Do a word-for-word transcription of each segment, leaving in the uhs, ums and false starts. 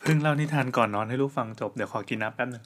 เพิ่งเล่านิทานก่อนนอนให้ลูกฟังจบเดี๋ยวขอกินน้ำแป๊บนึง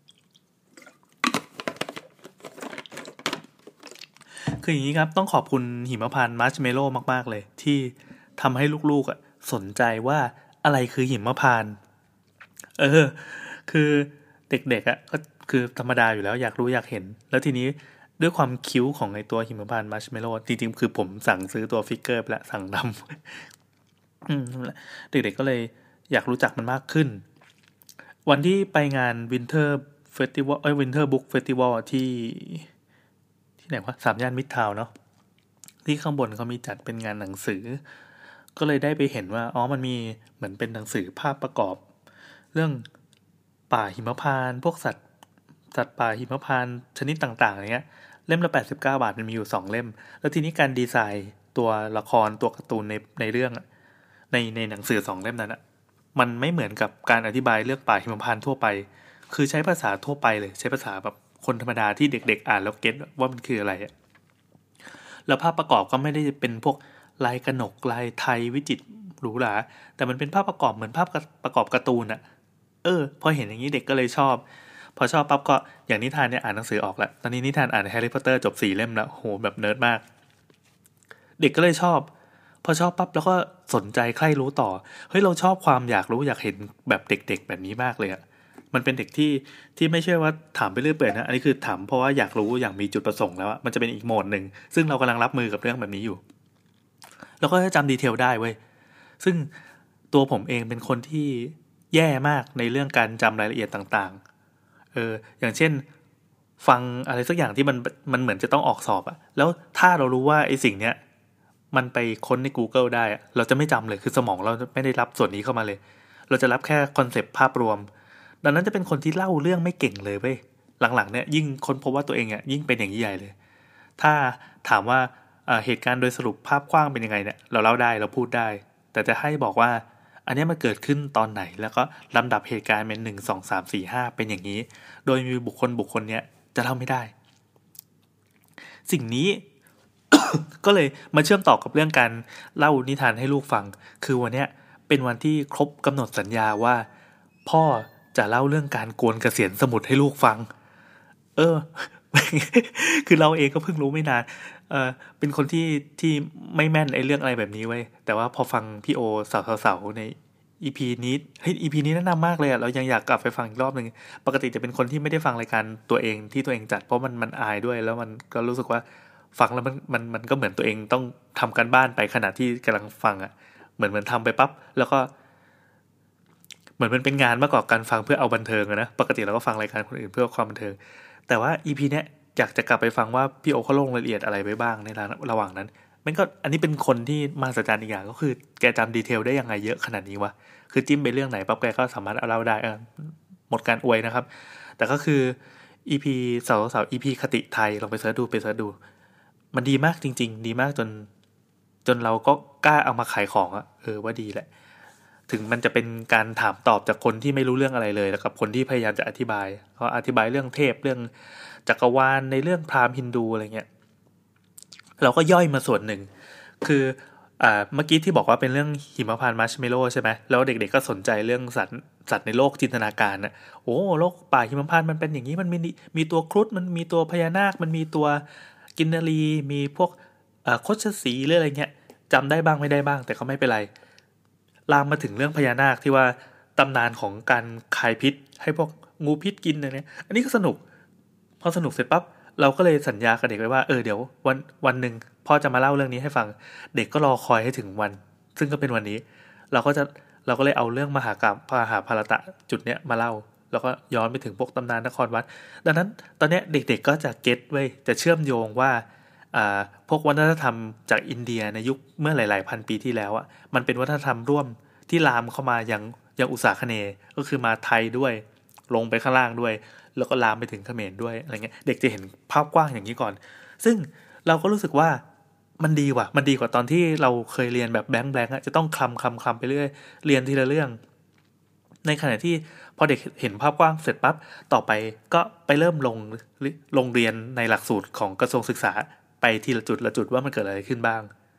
คืออย่างนี้ครับต้องขอบคุณหิมพานต์มัชเมลโล่มากๆเลยที่ทำให้ลูกๆอ่ะสนใจว่าอะไรคือหิมพานต์เออคือเด็กๆอ่ะก็คือธรรมดาอยู่แล้วอยากรู้อยากเห็นแล้วทีนี้ด้วยความคิ้วของไอตัวหิมพานต์มัชเมลโล่จริงๆคือผมสั่งซื้อตัวฟิกเกอร์ไปละสั่งดำอืมเด็กๆก็เลยอยากรู้จักมันมากขึ้น วันที่ไปงานวินเทอร์เฟสติวัลเอ้ยวินเทอร์บุ๊กเฟสติวัลที่ที่ไหนวะสามย่านมิตรทาวน์เนาะที่ข้างบนเขามีจัดเป็นงานหนังสือก็เลยได้ไปเห็นว่าอ๋อมันมีเหมือนเป็นหนังสือภาพประกอบเรื่องป่าหิมพานต์พวกสัตว์สัตว์ป่าหิมพานต์ชนิดต่างๆอย่างเงี้ยเล่มละแปดสิบเก้าบาทมันมีอยู่สองเล่มแล้วทีนี้การดีไซน์ตัวละครตัวการ์ตูนในในเรื่องในในหนังสือสองเล่มนั้นอะ มันไม่เหมือนกับการอธิบายเรื่องป่าหิมพานต์ทั่วไป คือใช้ภาษาทั่วไปเลยใช้ภาษาแบบคนธรรมดาที่เด็กๆอ่านแล้วเก็ตว่ามันคืออะไรอะแล้วภาพประกอบก็ไม่ได้เป็นพวกลายกระหนกลายไทยวิจิตรหรูหราแต่มันเป็นภาพประกอบเหมือนภาพประกอบการ์ตูนอะเออพอเห็นอย่างนี้เด็กก็เลยชอบพอชอบปั๊บก็อย่างนิทานเนี่ยอ่านหนังสือออกแล้วตอนนี้นิทานอ่านแฮร์รี่พอตเตอร์จบสี่เล่มแล้วโหแบบเนิร์ดมากเด็กก็เลยชอบพอชอบปั๊บแล้วก็สนใจใคร่รู้ต่อเฮ้ยเราชอบความอยากรู้อยากเห็นแบบเด็กๆแบบนี้มากเลยอะ มันเป็นเด็กที่ที่ไม่ใช่ว่าถามไปเรื่อยเปื่อยนะอันนี้คือถามเพราะว่าอยากรู้อย่างมีจุดประสงค์แล้วอะมันจะเป็นอีกโหมดหนึ่งซึ่งเรากำลังรับมือกับเรื่องแบบนี้อยู่แล้วก็จำดีเทลได้เว้ยซึ่งตัวผมเองเป็นคนที่แย่มากในเรื่องการจำรายละเอียดต่างๆเอออย่างเช่นฟังอะไรสักอย่างที่มันมันเหมือนจะต้องออกสอบอะแล้วถ้าเรารู้ว่าไอ้สิ่งเนี้ยมันไปค้นใน Google ได้อะเราจะไม่จำเลยคือสมองเราไม่ได้รับส่วนนี้เข้ามาเลยเราจะรับแค่คอนเซปต์ภาพรวม ดังนั้นจะเป็นคนที่เล่าเรื่องไม่เก่งเลยเว้ยหลังๆเนี่ยยิ่งค้นพบว่าตัวเองอ่ะยิ่งเป็นอย่างนี้ใหญ่เลยถ้าถามว่าเหตุการณ์โดยสรุปภาพกว้างเป็นยังไงเนี่ยเราเล่าได้เราพูดได้แต่จะให้บอกว่าอันนี้มันเกิดขึ้นตอนไหนแล้วก็ลำดับเหตุการณ์เป็นหนึ่งสองสามสี่ห้าเป็นอย่างนี้โดยมีบุคคลบุคคลเนี้ยจะเล่าไม่ได้สิ่งนี้ก็เลยมาเชื่อมต่อกับเรื่องการเล่านิทานให้ลูกฟังคือวันเนี้ยเป็นวันที่ครบกำหนดสัญญาว่าพ่อจะเล่าเรื่องการโกนเกษียณสมุทรให้ลูกฟังเออคือเราเองก็เพิ่งรู้ไม่นานเออเป็นคนที่ที่ไม่แม่นไอ้เรื่องอะไรแบบนี้ไว้แต่ว่าพอฟังพี่โอสาวๆในอีพีนี้เฮ้ยอีพีนี้แนะนำมากเลยอะเรายังอยากกลับไปฟังอีกรอบหนึ่งปกติจะเป็นคนที่ไม่ได้ฟังรายการตัวเองที่ตัวเองจัดเพราะมันมันอายด้วยแล้วมันก็รู้สึกว่า ฟังแล้วมันมันมันก็เหมือนตัวเองต้องทำการบ้านไปขณะที่กำลังฟังอ่ะเหมือนเหมือนทำไปปั๊บแล้วก็เหมือนมันเป็นงานมากกว่าการฟังเพื่อเอาบันเทิงอะนะปกติเราก็ฟังรายการคนอื่นเพื่อความบันเทิงแต่ว่าอีพีเนี้ยอยากจะกลับไปฟังว่าพี่โอเขาลงรายละเอียดอะไรไว้บ้างในระหว่างนั้นมันก็อันนี้เป็นคนที่มหัศจรรย์อีกอย่างก็คือแกจำดีเทลได้ยังไงเยอะขนาดนี้วะคือจิ้มไปเรื่องไหนปั๊บแกก็สามารถเอาเล่าได้หมดการอวยนะครับแต่ก็คือ อี พี สาวสาว อี พี คติไทยลองไปเสิร์ชดูไปเสิร์ชดู มันดีมากจริงๆดีมากจนจนเราก็กล้าเอามาขายของอะเออว่าดีแหละถึงมันจะเป็นการถามตอบจากคนที่ไม่รู้เรื่องอะไรเลยแล้วกับคนที่พยายามจะอธิบายเขาอธิบายเรื่องเทพเรื่องจักรวาลในเรื่องพราหมณ์ฮินดูอะไรเงี้ยเราก็ย่อยมาส่วนหนึ่งคืออ่าเมื่อกี้ที่บอกว่าเป็นเรื่องหิมพานต์มัชเมลโล่ใช่ไหมแล้วเด็กๆก็สนใจเรื่องสัตว์สัตว์ในโลกจินตนาการน่ะโอ้โลกป่าหิมพานต์มันเป็นอย่างนี้มันมีมีตัวครุฑมันมีตัวพญานาคมันมีตัว กินนารีมีพวกโคชสีหรืออะไรเงี้ยจำได้บ้างไม่ได้บ้างแต่ก็ไม่เป็นไรลามมาถึงเรื่องพญานาคที่ว่าตำนานของการคายพิษให้พวกงูพิษกินอะไรเนี้ยอันนี้ก็สนุกพอสนุกเสร็จปั๊บเราก็เลยสัญญากับเด็กไว้ว่าเออเดี๋ยววันวันหนึ่งพ่อจะมาเล่าเรื่องนี้ให้ฟังเด็กก็รอคอยให้ถึงวันซึ่งก็เป็นวันนี้เราก็จะเราก็เลยเอาเรื่องมหากาพย์มหาภารตะจุดเนี้ยมาเล่าแล้วก็ย้อนไปถึงพวกตำนานนครวัดดังนั้นตอนนี้เด็กๆก็จะเก็ตไว้จะเชื่อมโยงว่าพวกวัฒนธรรมจากอินเดียในยุคเมื่อหลายๆพันปีที่แล้วอ่ะมันเป็นวัฒนธรรมร่วมที่ลามเข้ามาอย่างอย่างอุษาคเนย์ก็คือมาไทยด้วยลงไปข้างล่างด้วยแล้วก็ลามไปถึงเขมรด้วยอะไรเงี้ยเด็กจะเห็นภาพกว้างอย่างนี้ก่อนซึ่งเราก็รู้สึกว่ามันดีว่ะมันดีกว่าตอนที่เราเคยเรียนแบบแบงค์แบงค์จะต้องคลำคลำคลำไปเรื่อยเรียนทีละเรื่องในขณะที่พอเด็กเห็นภาพกว้างเสร็จปั๊บต่อไปก็ไปเริ่มลงลงเรียนในหลักสูตรของกระทรวงศึกษาไปทีละจุดละจุดว่ามันเกิดอะไรขึ้นบ้าง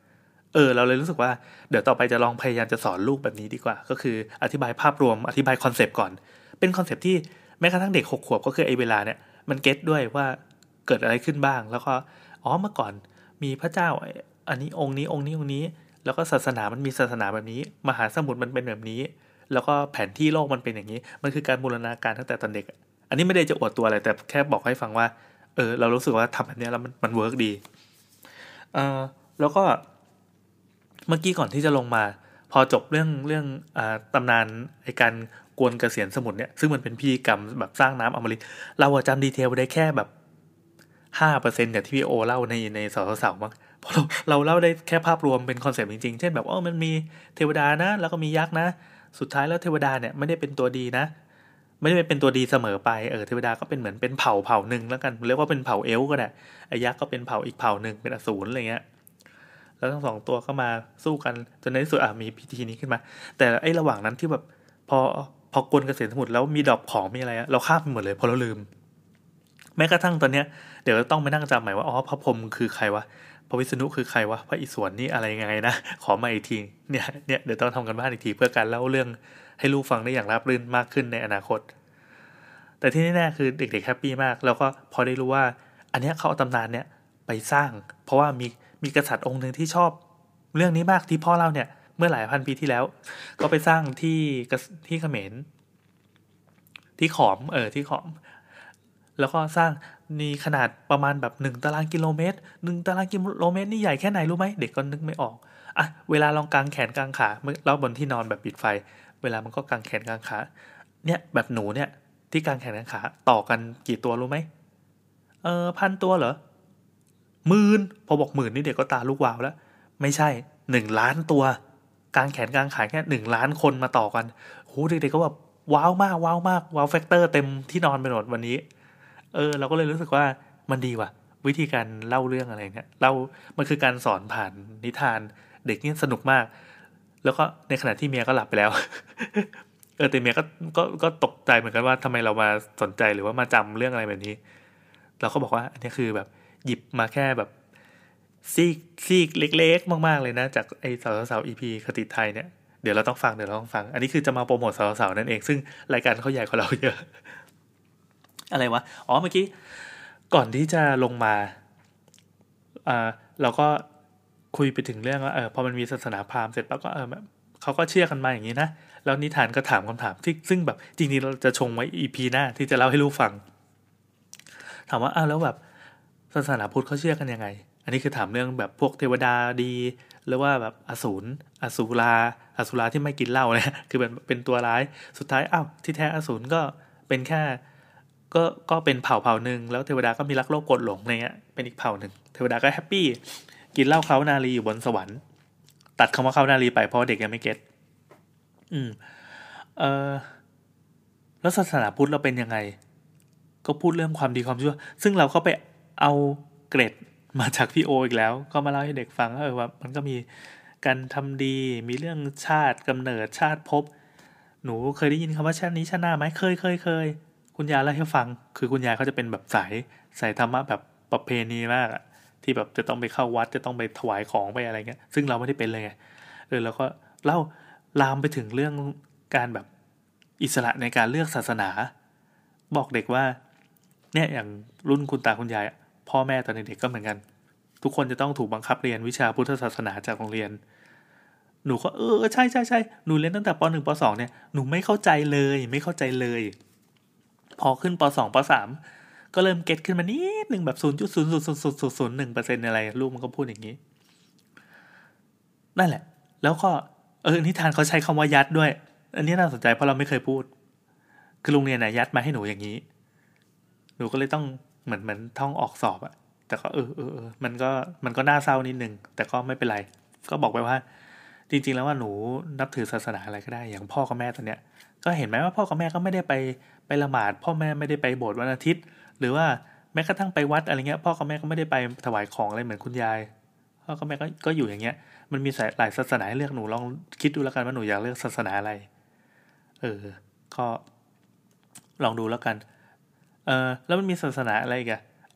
เออเราเลยรู้สึกว่าเดี๋ยวต่อไปจะลองพยายามจะสอนลูกแบบนี้ดีกว่าก็คืออธิบายภาพรวมอธิบายคอนเซปต์ก่อนเป็นคอนเซปต์ที่แม้กระทั่งเด็กหกขวบก็คือไอ้เวลาเนี่ยมันเก็ตด้วยว่าเกิดอะไรขึ้นบ้างแล้วก็อ๋อเมื่อก่อนมีพระเจ้าอันนี้องค์นี้องค์นี้องค์นี้แล้วก็ศาสนามันมีศาสนาแบบนี้มหาสมุทรมันเป็นแบบนี้แล้วก็แผนที่โลกมันเป็นอย่างนี้มันคือการบูรณาการตั้งแต่ตอนเด็กอันนี้ไม่ได้จะอวดตัวอะไรแต่แค่บอกให้ฟังว่าเออเรารู้สึกว่าทำแบบนี้แล้วมันมันเวิร์กดีเออแล้วก็เมื่อกี้ก่อนที่จะลงมาพอจบเรื่องเรื่องอ่าตำนานไอการกวนเกษียณสมุทรเนี่ยซึ่งมันเป็นพิธีกรรมแบบสร้างน้ำอมฤตเราจำดีเทลได้แค่แบบห้าเปอร์เซ็นต์จากที่พี่โอเล่าในในสาวสาวมั้งเพราะเราเราเล่าได้แค่ภาพรวมเป็นคอนเซปต์จริงๆเช่นแบบอ๋อมันมีเทวดานะแล้วก็มียักษ์นะสุดท้ายแล้วเทวดาเนี่ยไม่ได้เป็นตัวดีนะไม่ได้เป็นตัวดีเสมอไปเออเทวดาก็เป็นเหมือนเป็นเผ่าเผ่าหนึ่งแล้วกันเรียกว่าเป็นเผ่าเอลฟ์ก็ได้ไอ้ยักษ์ก็เป็นเผ่าอีกเผ่าหนึ่งเป็นอสูรอะไรเงี้ย แล้วทั้งสองตัวก็มาสู้กันจนในที่สุดอ่ะมีพิธีนี้ขึ้นมาแต่ไอ้ระหว่างนั้นที่แบบพอพอกวนเกษตรสมุทรแล้วมีดอกของมีอะไรอะเราข้ามไปหมดเลยเพราะเราลืมแม้กระทั่งตอนเนี้ยเดี๋ยวต้องไปนั่งจำใหม่ว่าอ๋อพระพรหมคือใครวะพระวิษณุคือใครวะพระอิศวรนี่อะไรยังไงนะขอมาอีกทีเนี่ยเนี่ยเดี๋ยวต้องทำกันบ้านอีกทีเพื่อการเล่าเรื่องให้ลูกฟังได้อย่างราบรื่นมากขึ้นในอนาคตแต่ที่แน่ๆคือเด็กๆแฮปปี้มากแล้วก็พอได้รู้ว่าอันเนี้ยเขาเอาตำนานเนี้ยไปสร้างเพราะว่ามีมีกษัตริย์องค์หนึ่งที่ชอบเรื่องนี้มากที่พ่อเล่าเนี่ยเมื่อหลายพันปีที่แล้วก็ไปสร้างที่ที่เขมรที่ขอมเออที่ขอมแล้วก็สร้างมีขนาดประมาณแบบหนึ่งตารางกิโลเมตรหนึ่งตารางกิโลเมตรนี่ใหญ่แค่ไหนรู้ไหมเด็กก็นึกไม่ออกอ่ะเวลาลองกางแขนกางขาแล้วบนที่นอนแบบปิดไฟเวลามันก็กางแขนกางขาเนี่ยแบบหนูเนี่ยที่กางแขนกางขาต่อกันกี่ตัวรู้ไหมเออพันตัวเหรอหมื่นพอบอกหมื่นนี่เด็กก็ตาลูกวาวแล้วไม่ใช่หนึ่งล้านตัวกางแขนกางขาแค่หนึ่งล้านคนมาต่อกันโหเด็กๆก็แบบว้าวมากว้าวมากว้าวแฟกเตอร์เต็มที่นอนไปหมดวันนี้เออเราก็เลยรู้สึกว่ามันดีว่ะวิธีการเล่าเรื่องอะไรเนี่ยเล่ามันคือการสอนผ่านนิทานเด็กนี่สนุกมากแล้วก็ในขณะที่เมียก็หลับไปแล้วเออแต่เมียก็ก็ก็ตกใจเหมือนกันว่าทำไมเรามาสนใจหรือว่ามาจำเรื่องอะไรแบบนี้เราก็บอกว่าอันนี้คือแบบหยิบมาแค่แบบซีกซีกเล็กๆมากๆเลยนะจากไอ้สาวสาวอีพีคติไทยเนี่ยเดี๋ยวเราต้องฟังเดี๋ยวเราต้องฟังอันนี้คือจะมาโปรโมทสาวสาวนั่นเองซึ่งรายการเขาใหญ่กว่าเราเยอะอะไรวะอ๋อเมื่อกี้ก่อนที่จะลงมาอ่าเราก็คุยไปถึงเรื่องว่าเออพอมันมีศาสนาพราหมณ์เสร็จแล้วก็เออแบบเขาก็เชื่อกันมาอย่างนี้นะแล้วนิทานก็ถามคำถามที่ซึ่งแบบจริงๆเราจะชงไว้อีพีหน้าที่จะเล่าให้ลูกฟังถามว่าอ้าวแล้วแบบศาสนาพุทธเขาเชื่อกันยังไงอันนี้คือถามเรื่องแบบพวกเทวดาดีหรือว่าแบบอสูรอสูราอสูราที่ไม่กินเหล้าเนี่ยคือเป็นเป็นตัวร้ายสุดท้ายอ้าวที่แท้อสูรก็เป็นแค่ ก็ก็เป็นเผ่าเผ่าหนึ่งแล้วเทวดาก็มีรักโลภโกรธหลงอะไรเงี้ยเป็นอีกเผ่าหนึ่งเทวดาก็แฮปปี้กินเหล้าเคล้านารีอยู่บนสวรรค์ตัดคำว่าเคล้านารีไปเพราะเด็กยังไม่เก็ตอืมเออแล้วศาสนาพุทธเราเป็นยังไงก็พูดเรื่องความดีความชั่วซึ่งเราก็ไปเอาเกรดมาจากพี่โออีกแล้วก็มาเล่าให้เด็กฟังเออว่ามันก็มีการทำดีมีเรื่องชาติกำเนิดชาติภพหนูเคยได้ยินคำว่าชาตินี้ชาติหน้าไหมเคยเคยเคย คุณยายเล่าให้ฟังคือคุณยายเขาจะเป็นแบบสายสายธรรมะแบบประเพณีมากอะที่แบบจะต้องไปเข้าวัดจะต้องไปถวายของไปอะไรเงี้ยซึ่งเราไม่ได้เป็นเลยไงเออแล้วก็เล่าลามไปถึงเรื่องการแบบอิสระในการเลือกศาสนาบอกเด็กว่าเนี่ยอย่างรุ่นคุณตาคุณยายพ่อแม่ตอนเด็กๆก็เหมือนกันทุกคนจะต้องถูกบังคับเรียนวิชาพุทธศาสนาจากโรงเรียนหนูก็เออใช่ใช่ใช่หนูเรียนตั้งแต่ปหนึ่งปสองเนี่ยหนูไม่เข้าใจเลยไม่เข้าใจเลยพอขึ้นปสองปสามก็เริ่มเก็ตขึ้นมานิดหนึ่งแบบศูนย์จุดศูนย์ศูนย์ศูนย์ศูนย์ศูนย์หนึ่งเปอร์เซ็นต์อะไรลูกมันก็พูดอย่างนี้นั่นแหละแล้วก็เออนิทานเขาใช้คำว่ายัดด้วยอันนี้น่าสนใจเพราะเราไม่เคยพูดคือโรงเรียนน่ะยัดมาให้หนูอย่างนี้หนูก็เลยต้องเหมือนเหมือนท่องออกสอบอะแต่ก็เออเออเออมันก็มันก็น่าเศร้านิดนึงแต่ก็ไม่เป็นไรก็บอกไปว่าจริงๆแล้วว่าหนูนับถือศาสนาอะไรก็ได้อย่างพ่อกับแม่ตอนเนี้ยก็เห็นไหมว่าพ่อกับแม่ก็ไม่ได้ไปไปละหมาดพ่อแม่ไม่ได้ไปโบสถ์วันอาทิตย์หรือว่าแม้กระทั่งไปวัดอะไรเงี้ยพ่อกับแม่ก็ไม่ได้ไปถวายของอะไรเหมือนคุณยายพ่อกับแม่ก็ก็อยู่อย่างเงี้ยมันมีหลายศาสนาให้เลือกหนูลองคิดดูแล้วกันว่าหนูอยากเลือกศาสนาอะไรเออก็ลองดูแล้วกันเออแล้วมันมีศาสนาอะไรอีกอะ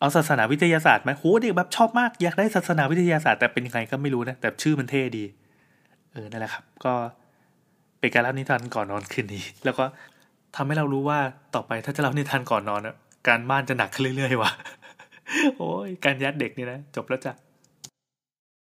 เอาศาสนาวิทยาศาสตร์ไหมโหเด็กแบบชอบมากอยากได้ศาสนาวิทยาศาสตร์แต่เป็นยังไงก็ไม่รู้นะแต่ชื่อมันเท่ดีเออนั่นแหละครับก็เป็นการเล่านิทานก่อนนอนคืนนี้แล้วก็ทำให้เรารู้ว่าต่อไปถ้าจะเล่านิทานก่อนนอนอ่ะการบ้านจะหนักขึ้นเรื่อยๆว่ะโอ้ยการยัดเด็กนี่นะจบแล้วจ้ะ